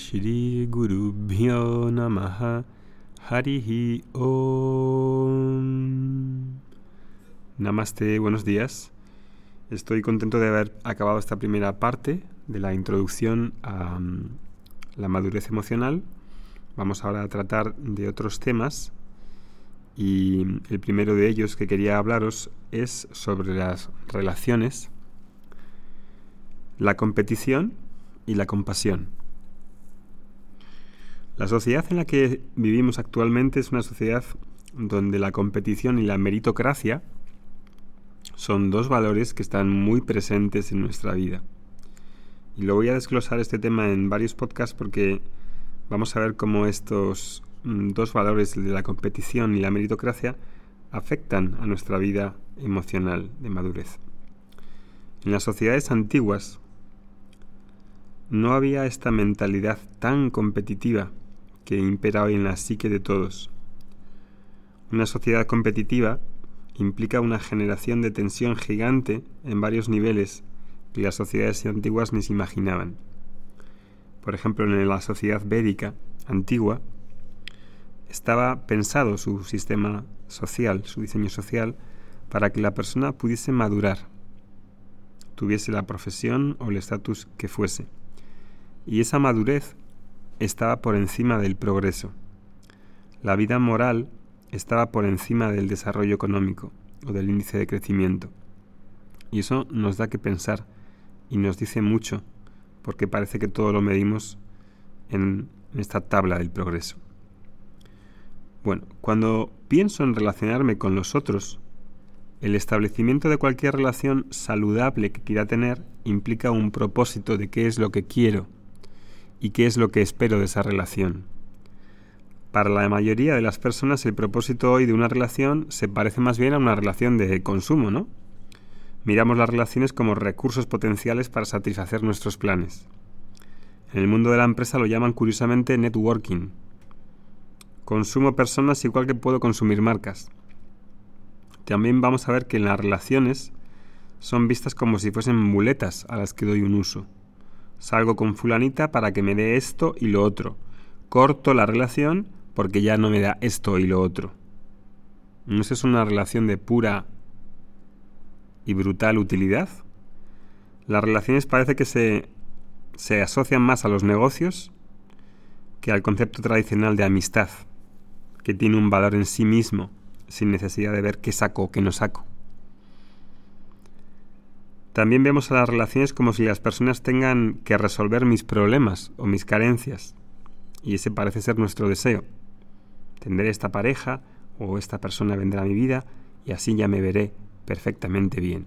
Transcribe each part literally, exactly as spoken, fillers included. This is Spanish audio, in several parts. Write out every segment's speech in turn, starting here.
Shri Gurubhyo Namaha Harihi Om. Namaste, buenos días. Estoy contento de haber acabado esta primera parte de la introducción a um, la madurez emocional. Vamos ahora a tratar de otros temas y el primero de ellos que quería hablaros es sobre las relaciones, la competición y la compasión. La sociedad en la que vivimos actualmente es una sociedad donde la competición y la meritocracia son dos valores que están muy presentes en nuestra vida. Y lo voy a desglosar este tema en varios podcasts porque vamos a ver cómo estos mm, dos valores, el de la competición y la meritocracia, afectan a nuestra vida emocional de madurez. En las sociedades antiguas no había esta mentalidad tan competitiva que impera hoy en la psique de todos. Una sociedad competitiva implica una generación de tensión gigante en varios niveles que las sociedades antiguas ni se imaginaban. Por ejemplo, en la sociedad védica antigua estaba pensado su sistema social, su diseño social, para que la persona pudiese madurar, tuviese la profesión o el estatus que fuese. Y esa madurez estaba por encima del progreso. La vida moral estaba por encima del desarrollo económico o del índice de crecimiento. Y eso nos da que pensar y nos dice mucho, porque parece que todo lo medimos en esta tabla del progreso. Bueno, cuando pienso en relacionarme con los otros, el establecimiento de cualquier relación saludable que quiera tener implica un propósito de qué es lo que quiero y qué es lo que espero de esa relación. Para la mayoría de las personas el propósito hoy de una relación se parece más bien a una relación de consumo, ¿no? Miramos las relaciones como recursos potenciales para satisfacer nuestros planes. En el mundo de la empresa lo llaman curiosamente networking. Consumo personas igual que puedo consumir marcas. También vamos a ver que en las relaciones son vistas como si fuesen muletas a las que doy un uso. Salgo con fulanita para que me dé esto y lo otro. Corto la relación porque ya no me da esto y lo otro. ¿No es eso una relación de pura y brutal utilidad? Las relaciones parece que se, se asocian más a los negocios que al concepto tradicional de amistad, que tiene un valor en sí mismo, sin necesidad de ver qué saco o qué no saco. También vemos a las relaciones como si las personas tengan que resolver mis problemas o mis carencias, y ese parece ser nuestro deseo. Tendré esta pareja o esta persona vendrá a mi vida y así ya me veré perfectamente bien.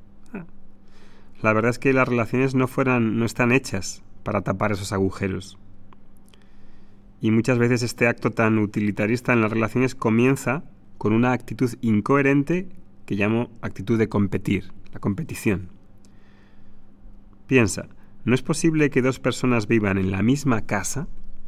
La verdad es que las relaciones no fueran, no están hechas para tapar esos agujeros. Y muchas veces este acto tan utilitarista en las relaciones comienza con una actitud incoherente que llamo actitud de competir, la competición. Piensa, ¿no es posible que dos personas vivan en la misma casa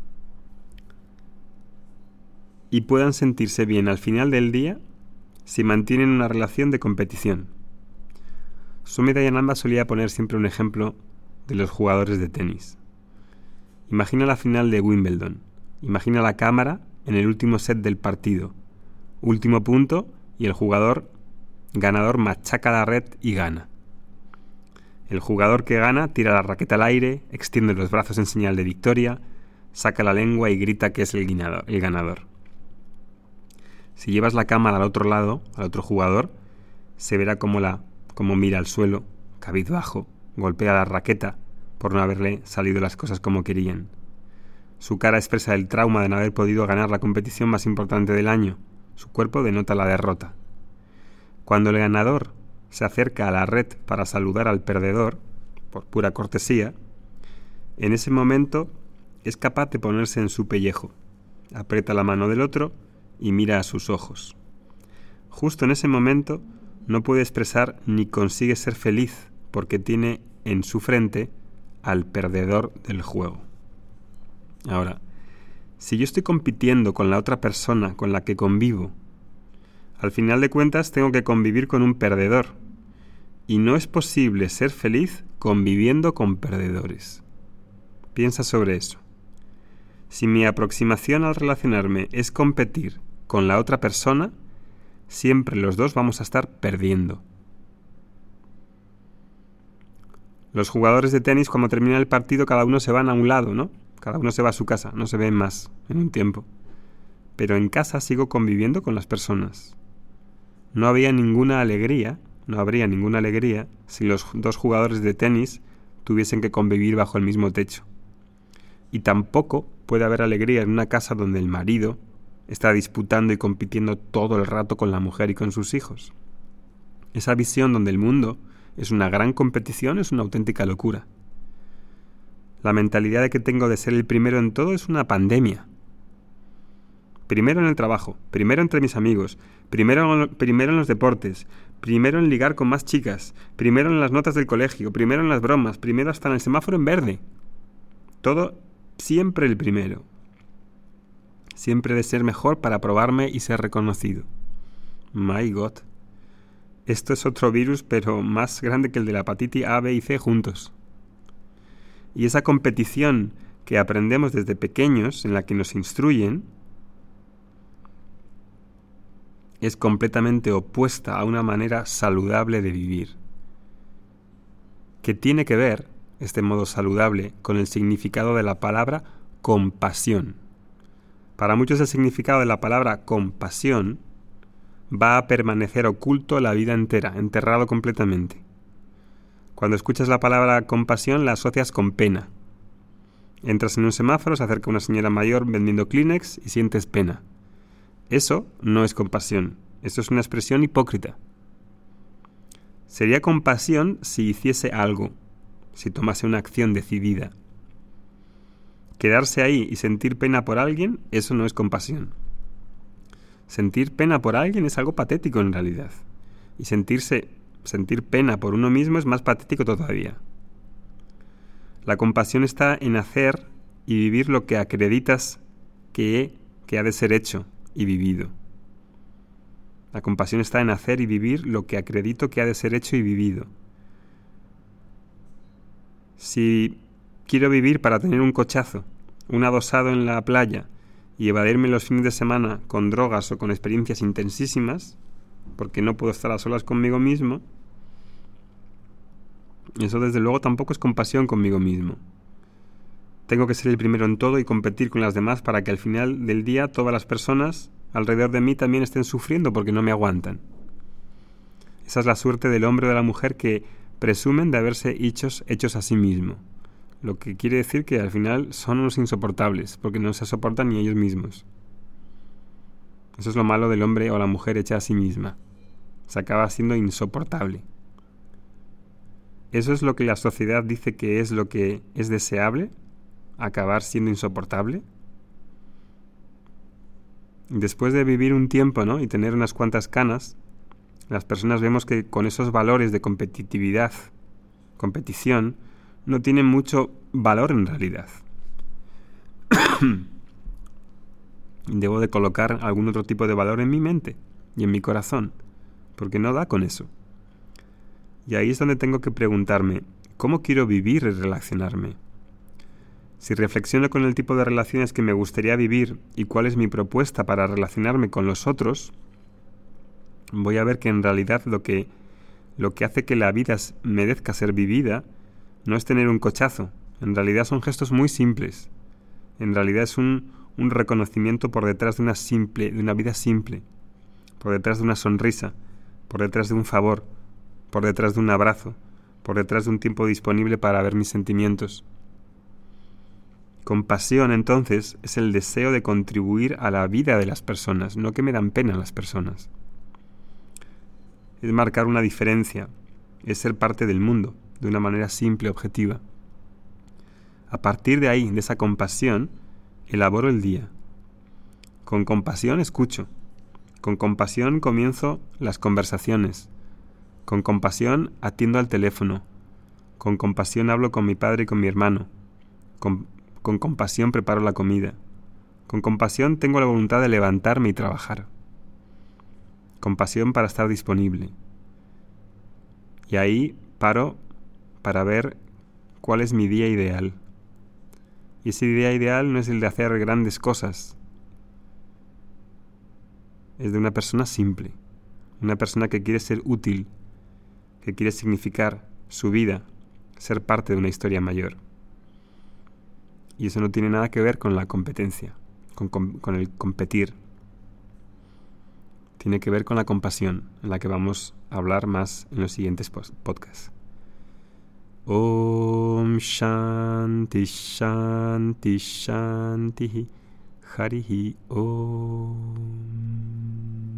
y puedan sentirse bien al final del día si mantienen una relación de competición? Sumit Dayananda solía poner siempre un ejemplo de los jugadores de tenis. Imagina la final de Wimbledon. Imagina la cámara en el último set del partido. Último punto y el jugador ganador machaca la red y gana. El jugador que gana tira la raqueta al aire, extiende los brazos en señal de victoria, saca la lengua y grita que es el ganador. El ganador. Si llevas la cámara al otro lado, al otro jugador, se verá cómo, la, cómo mira al suelo, cabizbajo, golpea la raqueta por no haberle salido las cosas como querían. Su cara expresa el trauma de no haber podido ganar la competición más importante del año. Su cuerpo denota la derrota. Cuando el ganador se acerca a la red para saludar al perdedor, por pura cortesía, en ese momento es capaz de ponerse en su pellejo, aprieta la mano del otro y mira a sus ojos. Justo en ese momento no puede expresar ni consigue ser feliz porque tiene en su frente al perdedor del juego. Ahora, si yo estoy compitiendo con la otra persona con la que convivo, al final de cuentas tengo que convivir con un perdedor. Y no es posible ser feliz conviviendo con perdedores. Piensa sobre eso. Si mi aproximación al relacionarme es competir con la otra persona, siempre los dos vamos a estar perdiendo. Los jugadores de tenis, cuando termina el partido, cada uno se van a un lado, ¿no? Cada uno se va a su casa, no se ven más en un tiempo. Pero en casa sigo conviviendo con las personas. No había ninguna alegría, no habría ninguna alegría si los dos jugadores de tenis tuviesen que convivir bajo el mismo techo. Y tampoco puede haber alegría en una casa donde el marido está disputando y compitiendo todo el rato con la mujer y con sus hijos. Esa visión donde el mundo es una gran competición es una auténtica locura. La mentalidad de que tengo de ser el primero en todo es una pandemia. Primero en el trabajo, primero entre mis amigos, primero, primero en los deportes, primero en ligar con más chicas, primero en las notas del colegio, primero en las bromas, primero hasta en el semáforo en verde. Todo siempre el primero. Siempre de ser mejor para probarme y ser reconocido. My God. Esto es otro virus, pero más grande que el de la hepatitis A, B y C juntos. Y esa competición que aprendemos desde pequeños, en la que nos instruyen, es completamente opuesta a una manera saludable de vivir. Que tiene que ver, este modo saludable, con el significado de la palabra compasión. Para muchos el significado de la palabra compasión va a permanecer oculto la vida entera, enterrado completamente. Cuando escuchas la palabra compasión la asocias con pena. Entras en un semáforo, se acerca una señora mayor vendiendo Kleenex y sientes pena. Eso no es compasión, eso es una expresión hipócrita. Sería compasión si hiciese algo, si tomase una acción decidida. Quedarse ahí y sentir pena por alguien, eso no es compasión. Sentir pena por alguien es algo patético en realidad. Y sentirse, sentir pena por uno mismo es más patético todavía. La compasión está en hacer y vivir lo que acreditas que, que ha de ser hecho y vivido. La compasión está en hacer y vivir lo que acredito que ha de ser hecho y vivido. Si quiero vivir para tener un cochazo, un adosado en la playa y evadirme los fines de semana con drogas o con experiencias intensísimas, porque no puedo estar a solas conmigo mismo, eso desde luego tampoco es compasión conmigo mismo. Tengo que ser el primero en todo y competir con las demás para que al final del día todas las personas alrededor de mí también estén sufriendo porque no me aguantan. Esa es la suerte del hombre o de la mujer que presumen de haberse hechos, hechos a sí mismo. Lo que quiere decir que al final son unos insoportables, porque no se soportan ni ellos mismos. Eso es lo malo del hombre o la mujer hecha a sí misma. Se acaba siendo insoportable. ¿Eso es lo que la sociedad dice que es lo que es deseable? ¿Acabar siendo insoportable? Después de vivir un tiempo, ¿no?, y tener unas cuantas canas, las personas vemos que con esos valores de competitividad, competición, no tienen mucho valor en realidad. Debo de colocar algún otro tipo de valor en mi mente y en mi corazón, porque no da con eso. Y ahí es donde tengo que preguntarme, ¿cómo quiero vivir y relacionarme? Si reflexiono con el tipo de relaciones que me gustaría vivir y cuál es mi propuesta para relacionarme con los otros, voy a ver que en realidad lo que, lo que hace que la vida merezca ser vivida no es tener un cochazo. En realidad son gestos muy simples. En realidad es un, un reconocimiento por detrás de una simple, de una vida simple, por detrás de una sonrisa, por detrás de un favor, por detrás de un abrazo, por detrás de un tiempo disponible para ver mis sentimientos. Compasión, entonces, es el deseo de contribuir a la vida de las personas, no que me dan pena las personas. Es marcar una diferencia, es ser parte del mundo, de una manera simple, objetiva. A partir de ahí, de esa compasión, elaboro el día. Con compasión escucho. Con compasión comienzo las conversaciones. Con compasión atiendo al teléfono. Con compasión hablo con mi padre y con mi hermano. Con, con compasión preparo la comida. Con compasión tengo la voluntad de levantarme y trabajar. Compasión para estar disponible. Y ahí paro para ver cuál es mi día ideal. Y esa idea ideal no es el de hacer grandes cosas. Es de una persona simple, una persona que quiere ser útil, que quiere significar su vida, ser parte de una historia mayor. Y eso no tiene nada que ver con la competencia, con, con, con el competir. Tiene que ver con la compasión, en la que vamos a hablar más en los siguientes podcasts. Om Shanti Shanti Shanti Harihi Om.